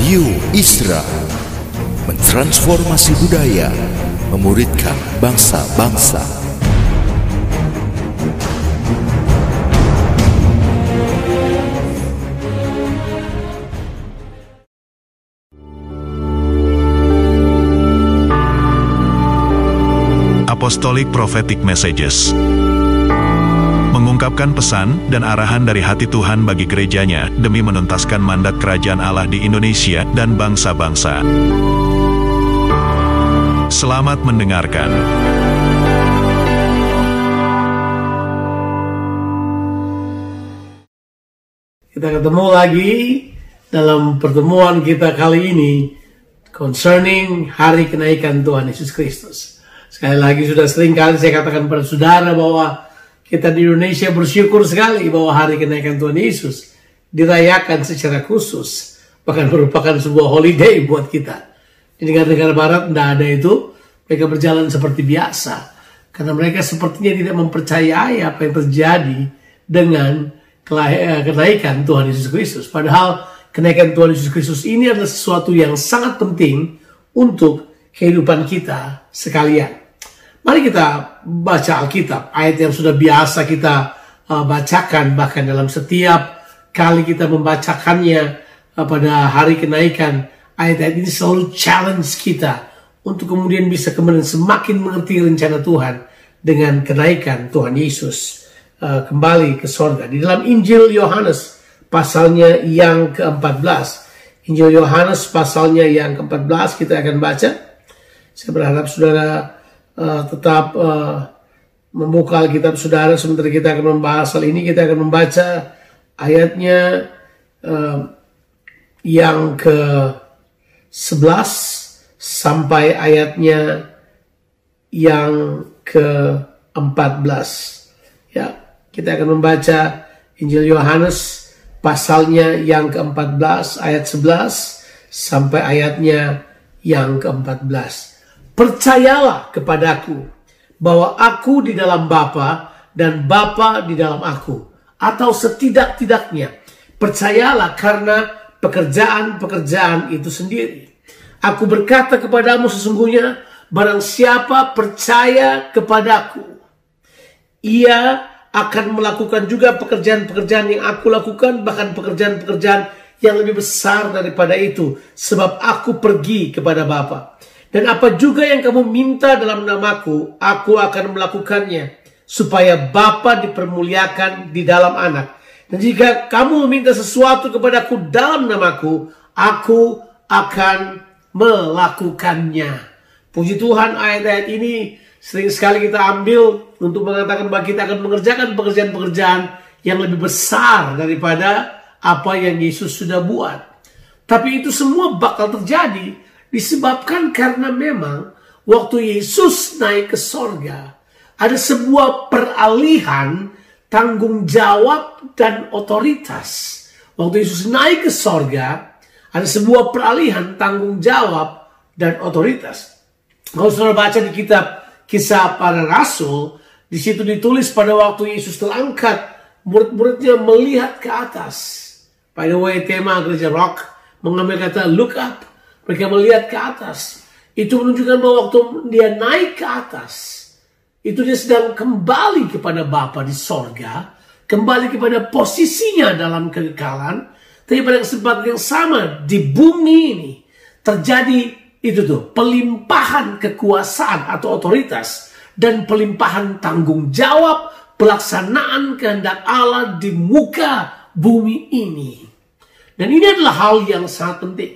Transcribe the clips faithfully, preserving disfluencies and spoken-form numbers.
Radio Isra mentransformasi budaya, memuridkan bangsa-bangsa. Apostolic Prophetic Messages mengungkapkan pesan dan arahan dari hati Tuhan bagi gerejanya demi menuntaskan mandat kerajaan Allah di Indonesia dan bangsa-bangsa. Selamat mendengarkan. Kita ketemu lagi dalam pertemuan kita kali ini concerning hari kenaikan Tuhan Yesus Kristus. Sekali lagi sudah sering kali saya katakan pada saudara bahwa kita di Indonesia bersyukur sekali bahwa hari kenaikan Tuhan Yesus dirayakan secara khusus, bahkan merupakan sebuah holiday buat kita. Di negara-negara barat tidak ada itu, mereka berjalan seperti biasa karena mereka sepertinya tidak mempercayai apa yang terjadi dengan kenaikan Tuhan Yesus Kristus. Padahal kenaikan Tuhan Yesus Kristus ini adalah sesuatu yang sangat penting untuk kehidupan kita sekalian. Mari kita baca Alkitab, ayat yang sudah biasa kita uh, bacakan, bahkan dalam setiap kali kita membacakannya uh, pada hari kenaikan. Ayat-ayat ini selalu challenge kita untuk kemudian bisa kemudian semakin mengerti rencana Tuhan dengan kenaikan Tuhan Yesus uh, kembali ke sorga. Di dalam Injil Yohanes pasalnya yang keempat belas, Injil Yohanes pasalnya yang keempat belas kita akan baca. Saya berharap saudara Uh, tetap uh, membuka Alkitab saudara sementara kita akan membahas hal ini. Kita akan membaca ayatnya uh, yang ke sebelas sampai ayatnya yang ke empat belas. Ya, kita akan membaca Injil Yohanes pasalnya yang ke empat belas ayat sebelas sampai ayatnya yang ke empat belas. Percayalah kepadaku bahwa aku di dalam Bapa dan Bapa di dalam aku. Atau setidak-tidaknya percayalah karena pekerjaan-pekerjaan itu sendiri. Aku berkata kepadamu sesungguhnya barang siapa percaya kepadaku, ia akan melakukan juga pekerjaan-pekerjaan yang aku lakukan, bahkan pekerjaan-pekerjaan yang lebih besar daripada itu, sebab aku pergi kepada Bapa. Dan apa juga yang kamu minta dalam namaku, aku akan melakukannya, supaya Bapa dipermuliakan di dalam anak. Dan jika kamu meminta sesuatu kepadaku dalam namaku, aku akan melakukannya. Puji Tuhan, ayat-ayat ini sering sekali kita ambil untuk mengatakan bahwa kita akan mengerjakan pekerjaan-pekerjaan yang lebih besar daripada apa yang Yesus sudah buat. Tapi itu semua bakal terjadi disebabkan karena memang waktu Yesus naik ke sorga, ada sebuah peralihan tanggung jawab dan otoritas. Waktu Yesus naik ke sorga, ada sebuah peralihan tanggung jawab dan otoritas. Kalau saudara baca di kitab Kisah Para Rasul, di situ ditulis pada waktu Yesus terangkat, murid-muridnya melihat ke atas. By the way, tema Gereja Rock mengambil kata look up. Mereka melihat ke atas. Itu menunjukkan bahwa waktu dia naik ke atas, itu dia sedang kembali kepada Bapa di sorga, kembali kepada posisinya dalam kekekalan. Tapi pada kesempatan yang sama di bumi ini terjadi itu tuh pelimpahan kekuasaan atau otoritas dan pelimpahan tanggung jawab pelaksanaan kehendak Allah di muka bumi ini. Dan ini adalah hal yang sangat penting.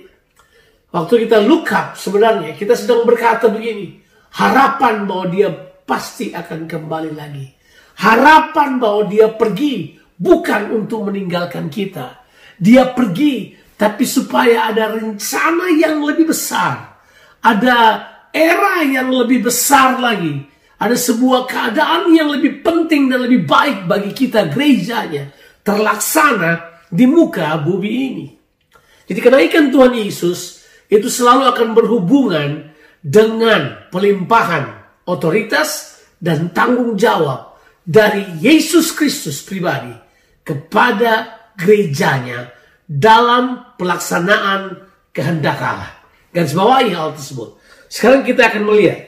Waktu kita look up, sebenarnya kita sedang berkata begini, harapan bahwa dia pasti akan kembali lagi. Harapan bahwa dia pergi bukan untuk meninggalkan kita. Dia pergi tapi supaya ada rencana yang lebih besar. Ada era yang lebih besar lagi. Ada sebuah keadaan yang lebih penting dan lebih baik bagi kita gerejanya terlaksana di muka bumi ini. Jadi kenaikan Tuhan Yesus itu selalu akan berhubungan dengan pelimpahan otoritas dan tanggung jawab dari Yesus Kristus pribadi kepada gerejanya dalam pelaksanaan kehendak Allah. Garis bawahi hal tersebut. Sekarang kita akan melihat.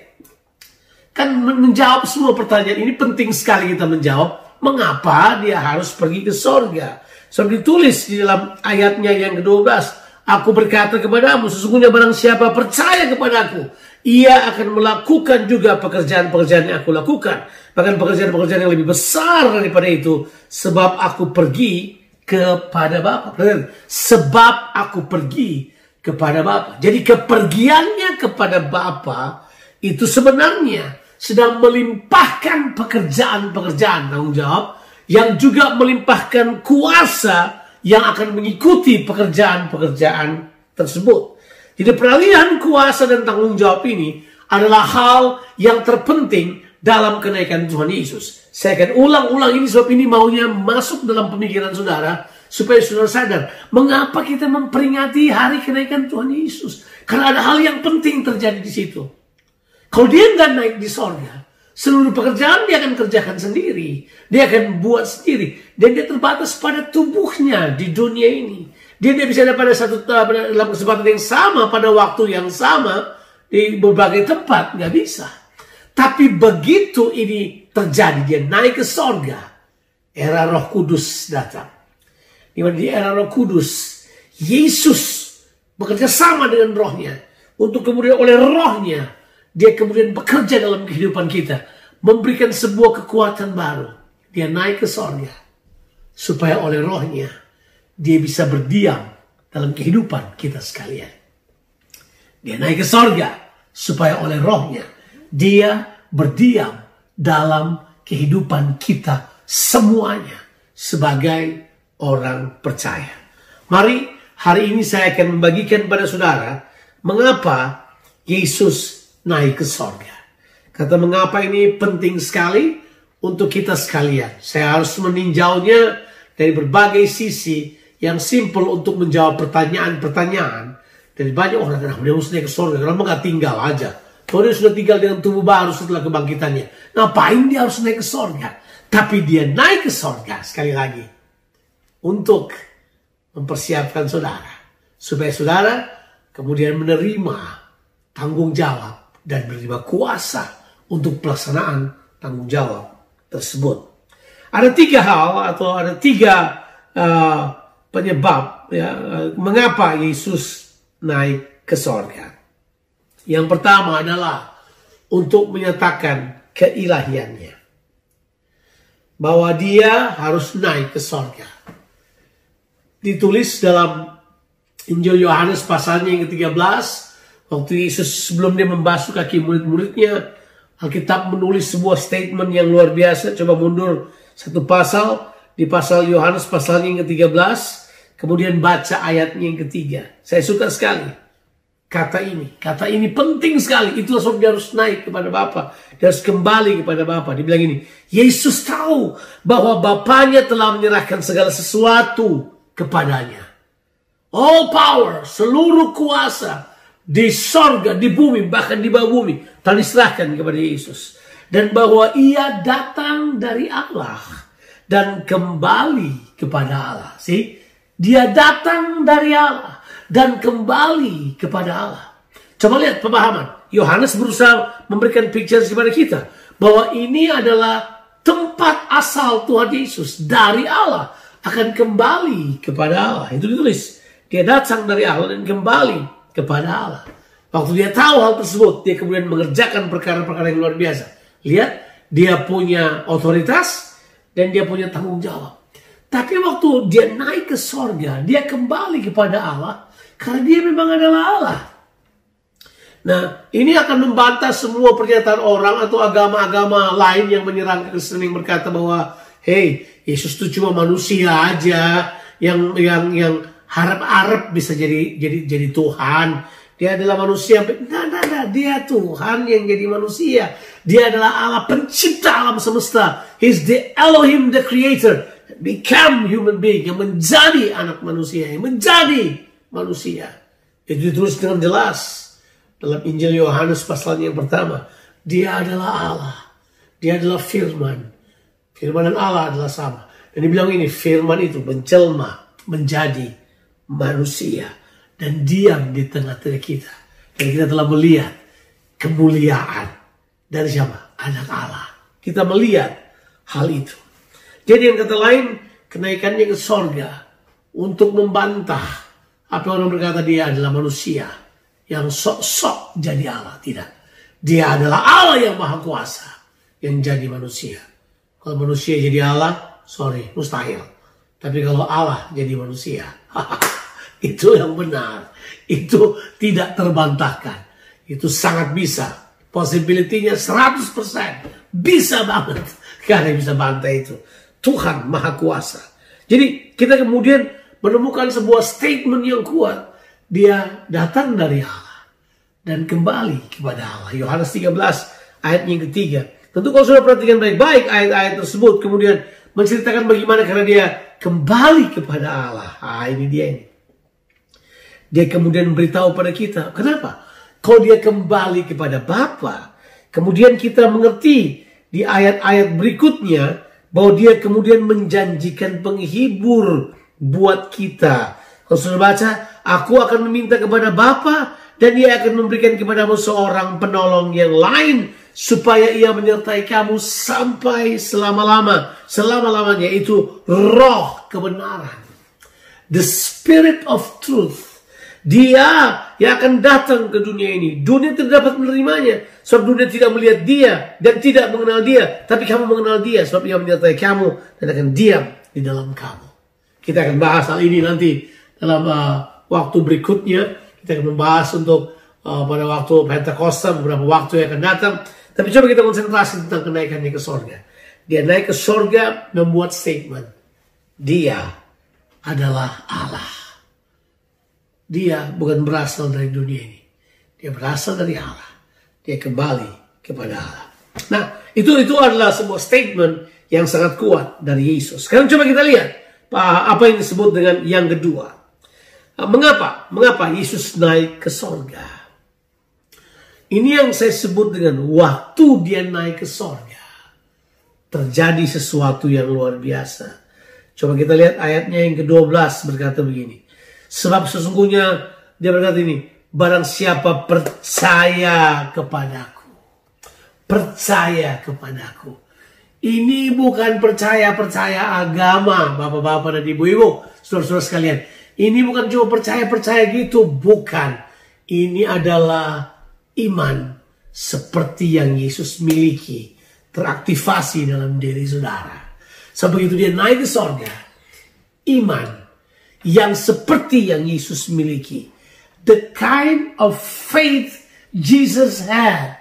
Kan menjawab semua pertanyaan ini penting sekali kita menjawab. Mengapa dia harus pergi ke sorga? Seperti ditulis di dalam ayatnya yang kedua belas. Aku berkata kepadamu, sesungguhnya barang siapa percaya kepadaku, ia akan melakukan juga pekerjaan-pekerjaan yang aku lakukan. Bahkan pekerjaan-pekerjaan yang lebih besar daripada itu. Sebab aku pergi kepada Bapa. Sebab aku pergi kepada Bapa. Jadi kepergiannya kepada Bapa itu sebenarnya sedang melimpahkan pekerjaan-pekerjaan tanggung jawab yang juga melimpahkan kuasa yang akan mengikuti pekerjaan-pekerjaan tersebut. Jadi peralihan kuasa dan tanggung jawab ini adalah hal yang terpenting dalam kenaikan Tuhan Yesus. Saya akan ulang-ulang ini sebab ini maunya masuk dalam pemikiran saudara supaya saudara sadar mengapa kita memperingati hari kenaikan Tuhan Yesus. Karena ada hal yang penting terjadi di situ. Kalau dia nggak naik di sorga, seluruh pekerjaan dia akan kerjakan sendiri. Dia akan buat sendiri. Dan dia terbatas pada tubuhnya di dunia ini. Dia tidak bisa ada pada satu dalam kesempatan yang sama, pada waktu yang sama, di berbagai tempat. Nggak bisa. Tapi begitu ini terjadi, dia naik ke sorga. Era Roh Kudus datang. Di mana di era Roh Kudus, Yesus bekerja sama dengan rohnya. Untuk kemudian oleh rohnya, dia kemudian bekerja dalam kehidupan kita. Memberikan sebuah kekuatan baru. Dia naik ke sorga. Supaya oleh rohnya, dia bisa berdiam dalam kehidupan kita sekalian. Dia naik ke sorga. Supaya oleh rohnya, dia berdiam dalam kehidupan kita semuanya. Sebagai orang percaya. Mari hari ini saya akan membagikan pada saudara. Mengapa Yesus naik ke sorga. Kata mengapa ini penting sekali untuk kita sekalian. Saya harus meninjaunya dari berbagai sisi yang simple untuk menjawab pertanyaan-pertanyaan. Dari banyak orang yang dia harus naik ke sorga. Kenapa nggak tinggal aja? Kalau dia sudah tinggal dengan tubuh baru setelah kebangkitannya. Ngapain dia harus naik ke sorga? Tapi dia naik ke sorga sekali lagi. Untuk mempersiapkan saudara. Supaya saudara kemudian menerima tanggung jawab. Dan menerima kuasa untuk pelaksanaan tanggung jawab tersebut. Ada tiga hal atau ada tiga uh, penyebab ya, uh, mengapa Yesus naik ke sorga. Yang pertama adalah untuk menyatakan keilahiannya. Bahwa dia harus naik ke sorga. Ditulis dalam Injil Yohanes pasalnya yang ke tiga belas. Waktu Yesus sebelum dia membasuh kaki murid-muridnya, Alkitab menulis sebuah statement yang luar biasa. Coba mundur satu pasal, di pasal Yohanes pasalnya yang ke tiga belas, kemudian baca ayatnya yang ketiga. Saya suka sekali kata ini. Kata ini penting sekali. Itulah sebab dia harus naik kepada Bapa. Dia harus kembali kepada Bapa. Dia bilang ini, Yesus tahu bahwa Bapanya telah menyerahkan segala sesuatu kepadanya. All power, seluruh kuasa, di sorga, di bumi, bahkan di bawah bumi, telah diserahkan kepada Yesus. Dan bahwa ia datang dari Allah dan kembali kepada Allah. See? Dia datang dari Allah dan kembali kepada Allah. Coba lihat pemahaman. Yohanes berusaha memberikan picture kepada kita. Bahwa ini adalah tempat asal Tuhan Yesus. Dari Allah akan kembali kepada Allah. Itu ditulis. Dia datang dari Allah dan kembali kepada Allah. Waktu dia tahu hal tersebut, dia kemudian mengerjakan perkara-perkara yang luar biasa. Lihat, dia punya otoritas dan dia punya tanggung jawab. Tapi waktu dia naik ke sorga, dia kembali kepada Allah karena dia memang adalah Allah. Nah, ini akan membantah semua pernyataan orang atau agama-agama lain yang menyerang Kristen yang berkata bahwa, hey, Yesus itu cuma manusia aja yang yang yang harap-harap bisa jadi jadi jadi Tuhan. Dia adalah manusia. Nah, nah, nah, dia Tuhan yang jadi manusia. Dia adalah Allah pencipta alam semesta. He's the Elohim, the creator. Become human being. Yang menjadi anak manusia. Yang menjadi manusia. Itu ditulis dengan jelas dalam Injil Yohanes pasalnya yang pertama. Dia adalah Allah. Dia adalah firman. Firman dan Allah adalah sama. Dan dibilang ini, firman itu menjelma menjadi manusia dan diam di tengah-tengah kita. Dan kita telah melihat kemuliaan dari siapa? Anak Allah. Kita melihat hal itu. Jadi yang kata lain, kenaikannya ke sorga untuk membantah apa orang berkata dia adalah manusia yang sok-sok jadi Allah. Tidak. Dia adalah Allah yang maha kuasa yang jadi manusia. Kalau manusia jadi Allah, sorry, mustahil. Tapi kalau Allah jadi manusia, itu yang benar. Itu tidak terbantahkan. Itu sangat bisa. Possibility-nya seratus persen. Bisa banget. Gak ada yang bisa bantah itu. Tuhan maha kuasa. Jadi kita kemudian menemukan sebuah statement yang kuat. Dia datang dari Allah dan kembali kepada Allah. Yohanes tiga belas ayat yang ketiga. Tentu kalau sudah perhatikan baik-baik ayat-ayat tersebut, kemudian menceritakan bagaimana karena dia kembali kepada Allah. Ah, ini dia ini. Dia kemudian beritahu pada kita. Kenapa? Kalau dia kembali kepada Bapa, kemudian kita mengerti di ayat-ayat berikutnya bahwa dia kemudian menjanjikan penghibur buat kita. Kalau sudah baca, aku akan meminta kepada Bapa dan dia akan memberikan kepadamu seorang penolong yang lain supaya ia menyertai kamu sampai selama-lama, selama-lamanya, itu roh kebenaran. The Spirit of Truth. Dia yang akan datang ke dunia ini. Dunia tidak dapat menerimanya sebab dunia tidak melihat dia dan tidak mengenal dia. Tapi kamu mengenal dia sebab ia menyertai kamu dan akan diam di dalam kamu. Kita akan bahas hal ini nanti dalam uh, waktu berikutnya. Kita akan membahas untuk uh, pada waktu Pentakosta, beberapa waktu yang akan datang. Tapi coba kita konsentrasi tentang kenaikannya ke sorga. Dia naik ke sorga membuat statement. Dia adalah Allah. Dia bukan berasal dari dunia ini. Dia berasal dari Allah. Dia kembali kepada Allah. Nah, itu itu adalah sebuah statement yang sangat kuat dari Yesus. Sekarang coba kita lihat apa yang disebut dengan yang kedua. Mengapa? Mengapa Yesus naik ke sorga? Ini yang saya sebut dengan waktu dia naik ke sorga. Terjadi sesuatu yang luar biasa. Coba kita lihat ayatnya yang kedua belas berkata begini. Sebab sesungguhnya dia berkata ini. Barang siapa percaya kepadaku. Percaya kepadaku. Ini bukan percaya-percaya agama. Bapak-bapak dan ibu-ibu. Saudara-saudara sekalian. Ini bukan cuma percaya-percaya gitu. Bukan. Ini adalah iman seperti yang Yesus miliki teraktivasi dalam diri saudara. Sebab begitu dia naik ke sorga, iman yang seperti yang Yesus miliki, the kind of faith Jesus had,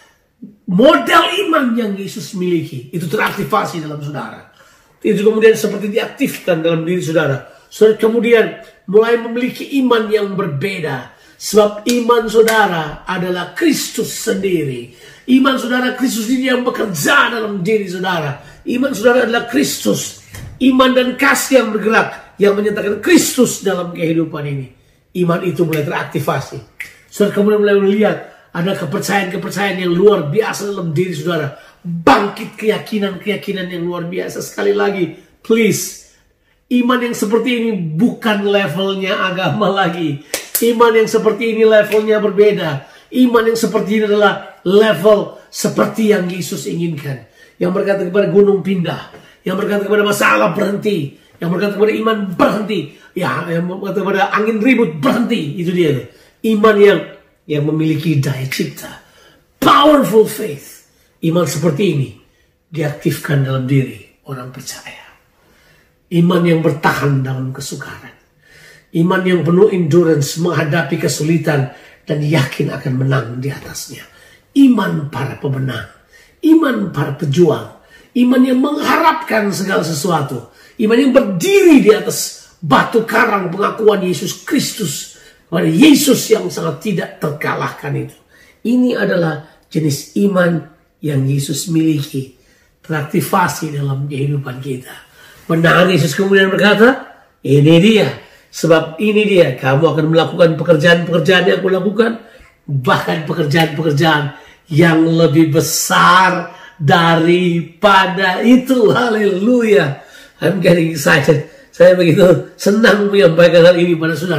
model iman yang Yesus miliki, itu teraktivasi dalam saudara. Itu kemudian seperti diaktifkan dalam diri saudara. Saudara kemudian mulai memiliki iman yang berbeda. Sebab iman saudara adalah Kristus sendiri. Iman saudara Kristus ini yang bekerja dalam diri saudara. Iman saudara adalah Kristus. Iman dan kasih yang bergerak. Yang menyatakan Kristus dalam kehidupan ini. Iman itu mulai teraktivasi. Saudara kemudian mulai melihat ada kepercayaan-kepercayaan yang luar biasa dalam diri saudara. Bangkit keyakinan-keyakinan yang luar biasa. Sekali lagi, please. Iman yang seperti ini bukan levelnya agama lagi. Iman yang seperti ini levelnya berbeda. Iman yang seperti ini adalah level seperti yang Yesus inginkan. Yang berkata kepada gunung pindah. Yang berkata kepada masalah berhenti. Yang berkata kepada iman berhenti. Ya, yang berkata kepada angin ribut berhenti. Itu dia. Iman yang yang memiliki daya cipta. Powerful faith. Iman seperti ini diaktifkan dalam diri orang percaya. Iman yang bertahan dalam kesukaran. Iman yang penuh endurance menghadapi kesulitan dan yakin akan menang di atasnya. Iman para pemenang. Iman para pejuang. Iman yang mengharapkan segala sesuatu. Iman yang berdiri di atas batu karang pengakuan Yesus Kristus. Pada Yesus yang sangat tidak terkalahkan itu. Ini adalah jenis iman yang Yesus miliki. Teraktivasi dalam kehidupan kita. Menang Yesus kemudian berkata, ini dia. Sebab ini dia, kamu akan melakukan pekerjaan-pekerjaan yang aku lakukan. Bahkan pekerjaan-pekerjaan yang lebih besar daripada itu. Haleluya. I'm getting excited. Saya begitu senang menyampaikan hal ini pada saudara.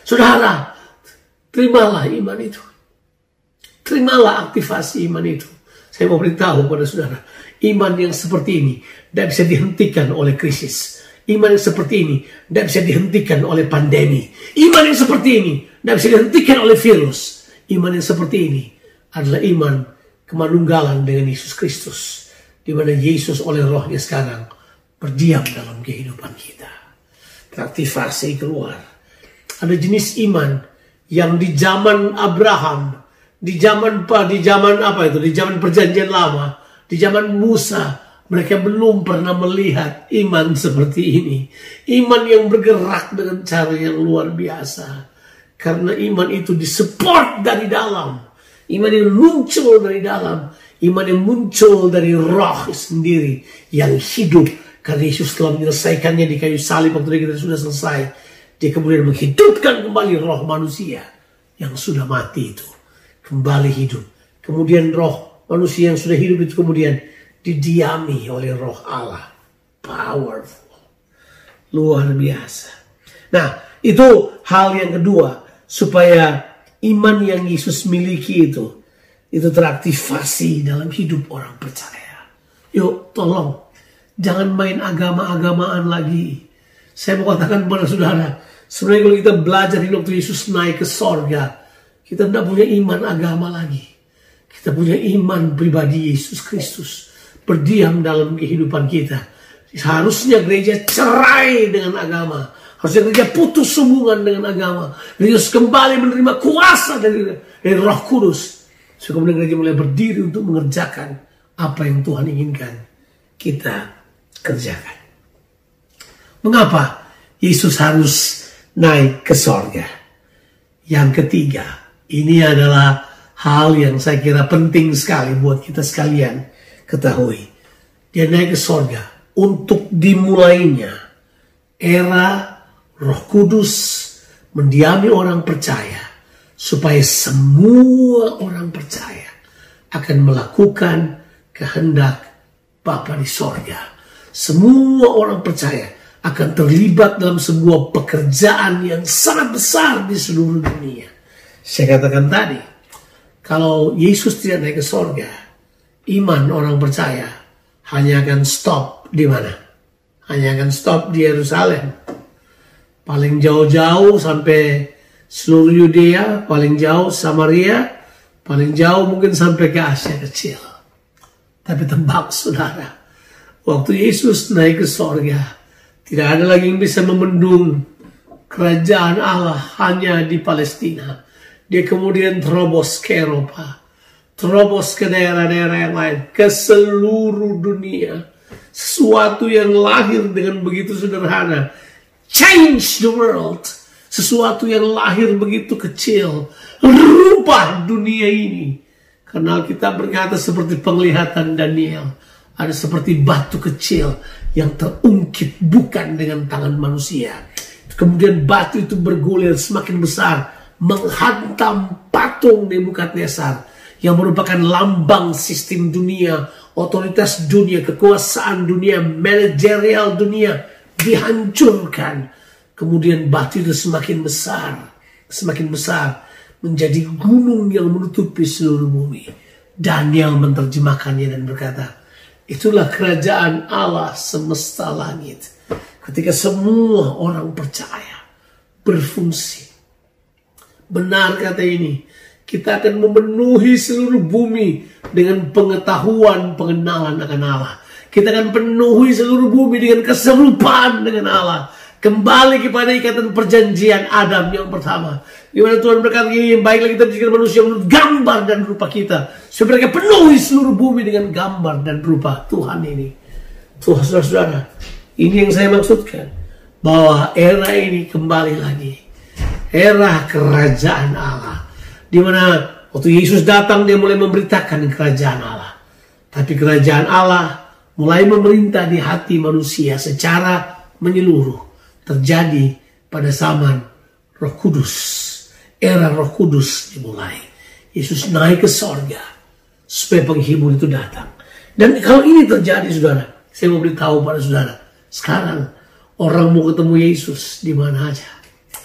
Saudara, terimalah iman itu. Terimalah aktivasi iman itu. Saya mau beritahu kepada saudara, iman yang seperti ini tidak bisa dihentikan oleh krisis. Iman yang seperti ini tidak bisa dihentikan oleh pandemi. Iman yang seperti ini tidak bisa dihentikan oleh virus. Iman yang seperti ini adalah iman kemanunggalan dengan Yesus Kristus, di mana Yesus oleh rohnya sekarang berdiam dalam kehidupan kita. Teraktivasi keluar. Ada jenis iman yang di zaman Abraham, di zaman apa? Di zaman apa itu? Di zaman Perjanjian Lama, di zaman Musa, mereka belum pernah melihat iman seperti ini. Iman yang bergerak dengan cara yang luar biasa. Karena iman itu disupport dari dalam. Iman yang muncul dari dalam. Iman yang muncul dari roh sendiri yang hidup. Karena Yesus telah menyelesaikannya di kayu salib waktu kita sudah selesai. Dia kemudian menghidupkan kembali roh manusia yang sudah mati itu. Kembali hidup. Kemudian roh manusia yang sudah hidup itu kemudian didiami oleh roh Allah. Powerful. Luar biasa. Nah, itu hal yang kedua. Supaya iman yang Yesus miliki itu, itu teraktivasi dalam hidup orang percaya. Yuk, tolong. Jangan main agama-agamaan lagi. Saya mau katakan kepada saudara, sebenarnya kalau kita belajar di waktu Yesus naik ke sorga, kita tidak punya iman agama lagi. Kita punya iman pribadi Yesus Kristus. Berdiam dalam kehidupan kita. Seharusnya gereja cerai dengan agama. Harusnya gereja putus hubungan dengan agama. Yesus kembali menerima kuasa dari, dari Roh Kudus. So, kemudian gereja mulai berdiri untuk mengerjakan apa yang Tuhan inginkan kita kerjakan. Mengapa Yesus harus naik ke sorga? Yang ketiga, ini adalah hal yang saya kira penting sekali buat kita sekalian ketahui. Dia naik ke sorga untuk dimulainya era Roh Kudus mendiami orang percaya, supaya semua orang percaya akan melakukan kehendak Bapa di sorga. Semua orang percaya akan terlibat dalam sebuah pekerjaan yang sangat besar di seluruh dunia. Saya katakan tadi, kalau Yesus tidak naik ke sorga, iman orang percaya hanya akan stop di mana? Hanya akan stop di Yerusalem. Paling jauh-jauh sampai seluruh Yudea, paling jauh Samaria, paling jauh mungkin sampai ke Asia kecil. Tapi tebak saudara, waktu Yesus naik ke sorga, tidak ada lagi yang bisa membendung kerajaan Allah hanya di Palestina. Dia kemudian terobos ke Eropa, terobos ke daerah-daerah yang lain, ke seluruh dunia. Sesuatu yang lahir dengan begitu sederhana, change the world. Sesuatu yang lahir begitu kecil, rubah dunia ini. Karena kita berkata seperti penglihatan Daniel, ada seperti batu kecil yang terungkit bukan dengan tangan manusia. Kemudian batu itu bergulir semakin besar, menghantam patung Nebukadnezar yang merupakan lambang sistem dunia, otoritas dunia, kekuasaan dunia, manajerial dunia dihancurkan. Kemudian batu itu semakin besar, semakin besar, menjadi gunung yang menutupi seluruh bumi. Daniel menerjemahkannya dan berkata, itulah kerajaan Allah semesta langit. Ketika semua orang percaya, berfungsi. Benar kata ini, kita akan memenuhi seluruh bumi dengan pengetahuan, pengenalan akan Allah. Kita akan penuhi seluruh bumi dengan keserupaan dengan Allah. Kembali kepada ikatan perjanjian Adam yang pertama, di mana Tuhan berkata ini, baiklah kita dijadikan manusia menurut gambar dan rupa kita, supaya mereka penuhi seluruh bumi dengan gambar dan rupa Tuhan ini. Tuhan, saudara-saudara, ini yang saya maksudkan, bahwa era ini kembali lagi, era kerajaan Allah, di mana waktu Yesus datang dia mulai memberitakan kerajaan Allah, tapi kerajaan Allah mulai memerintah di hati manusia secara menyeluruh. Terjadi pada zaman Roh Kudus. Era Roh Kudus dimulai. Yesus naik ke sorga supaya penghibur itu datang. Dan kalau ini terjadi, saudara, saya mau beritahu pada saudara, sekarang orang mau ketemu Yesus di mana aja.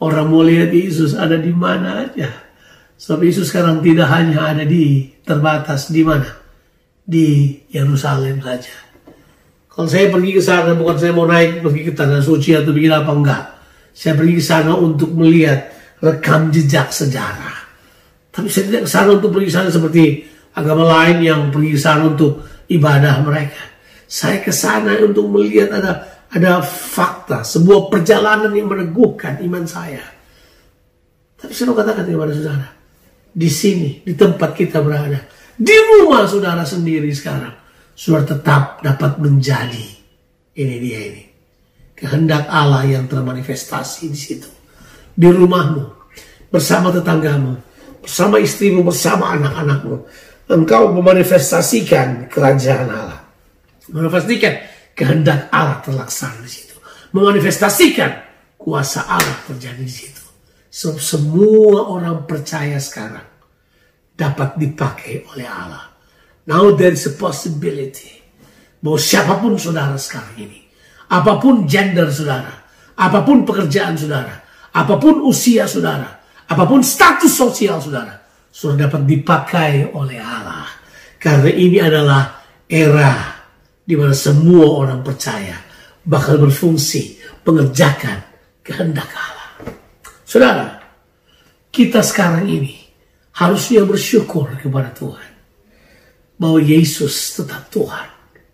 Orang mau lihat Yesus ada di mana aja. Sebab Yesus sekarang tidak hanya ada di terbatas di mana? Di Yerusalem saja. Kalau saya pergi ke sana bukan saya mau naik pergi ke tanah suci atau bikin apa, enggak. Saya pergi ke sana untuk melihat rekam jejak sejarah. Tapi saya tidak ke sana untuk pergi ke sana seperti agama lain yang pergi ke sana untuk ibadah mereka. Saya ke sana untuk melihat ada ada fakta, sebuah perjalanan yang meneguhkan iman saya. Tapi saya mau katakan kepada saudara, di sini, di tempat kita berada, di rumah saudara sendiri sekarang, saudara tetap dapat menjadi, ini dia ini, kehendak Allah yang termanifestasi di situ. Di rumahmu, bersama tetanggamu, bersama istrimu, bersama anak-anakmu, engkau memanifestasikan kerajaan Allah. Memanifestasikan kehendak Allah terlaksana di situ. Memanifestasikan kuasa Allah terjadi di situ. So, semua orang percaya sekarang dapat dipakai oleh Allah. Now there is a possibility bahwa siapapun saudara sekarang ini, apapun gender saudara, apapun pekerjaan saudara, apapun usia saudara, apapun status sosial saudara, saudara dapat dipakai oleh Allah. Karena ini adalah era di mana semua orang percaya bakal berfungsi mengerjakan kehendak Allah. Saudara, kita sekarang ini harusnya bersyukur kepada Tuhan bahwa Yesus tetap Tuhan.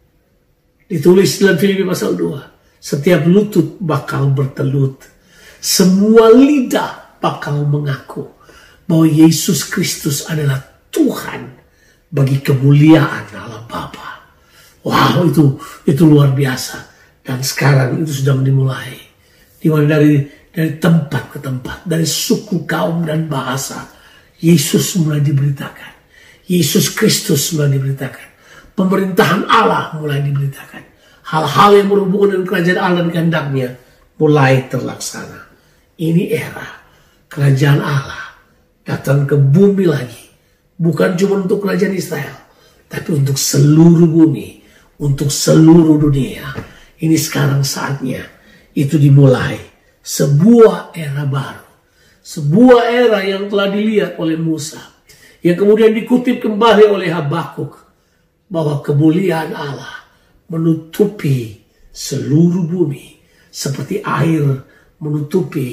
Ditulis dalam Filipi pasal dua, setiap lutut bakal bertelut, semua lidah bakal mengaku bahwa Yesus Kristus adalah Tuhan bagi kemuliaan Allah Bapa. Wow, itu itu luar biasa. Dan sekarang itu sudah dimulai. Di mana dari dari tempat ke tempat, dari suku, kaum dan bahasa, Yesus mulai diberitakan. Yesus Kristus mulai diberitakan. Pemerintahan Allah mulai diberitakan. Hal-hal yang berhubungan dengan kerajaan Allah dan kehendaknya mulai terlaksana. Ini era kerajaan Allah datang ke bumi lagi. Bukan cuma untuk kerajaan Israel, tapi untuk seluruh bumi, untuk seluruh dunia. Ini sekarang saatnya itu dimulai. Sebuah era baru. Sebuah era yang telah dilihat oleh Musa. Yang kemudian dikutip kembali oleh Habakuk. Bahwa kemuliaan Allah menutupi seluruh bumi. Seperti air menutupi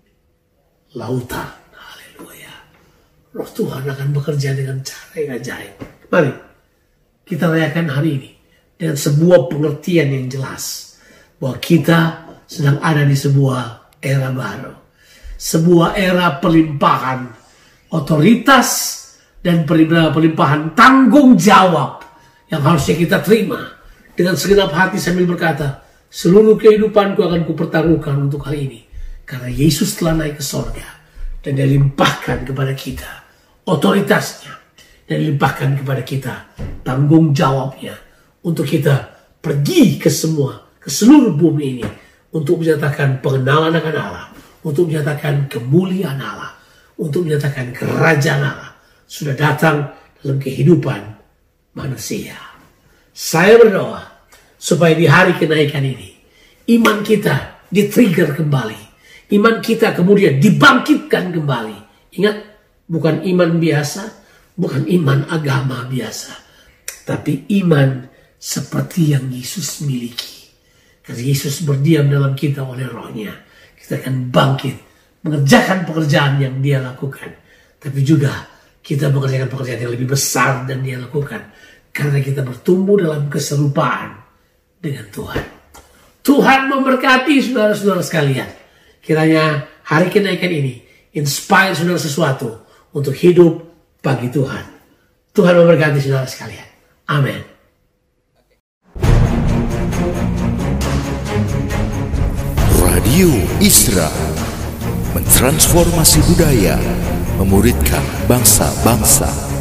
lautan. Haleluya. Roh Tuhan akan bekerja dengan cara yang ajaib. Mari kita rayakan hari ini dengan sebuah pengertian yang jelas. Bahwa kita sedang ada di sebuah era baru. Sebuah era pelimpahan otoritas dan pelimpahan tanggung jawab yang harusnya kita terima dengan segenap hati sambil berkata, seluruh kehidupanku akan kupertaruhkan untuk hal ini. Karena Yesus telah naik ke sorga dan dilimpahkan kepada kita otoritasnya dan dilimpahkan kepada kita tanggung jawabnya untuk kita pergi ke semua, ke seluruh bumi ini untuk menyatakan pengenalan akan Allah, untuk menyatakan kemuliaan Allah, untuk menyatakan kerajaan Allah sudah datang dalam kehidupan manusia. Saya berdoa supaya di hari kenaikan ini iman kita di-trigger kembali, iman kita kemudian dibangkitkan kembali. Ingat, bukan iman biasa, bukan iman agama biasa, tapi iman seperti yang Yesus miliki. Karena Yesus berdiam dalam kita oleh rohnya, kita akan bangkit, mengerjakan pekerjaan yang dia lakukan. Tapi juga kita mengerjakan pekerjaan yang lebih besar dan dia lakukan. Karena kita bertumbuh dalam keserupaan dengan Tuhan. Tuhan memberkati saudara-saudara sekalian. Kiranya hari kenaikan ini inspire saudara sesuatu untuk hidup bagi Tuhan. Tuhan memberkati saudara sekalian. Amin. Radio Isra mentransformasi budaya, memuridkan bangsa-bangsa.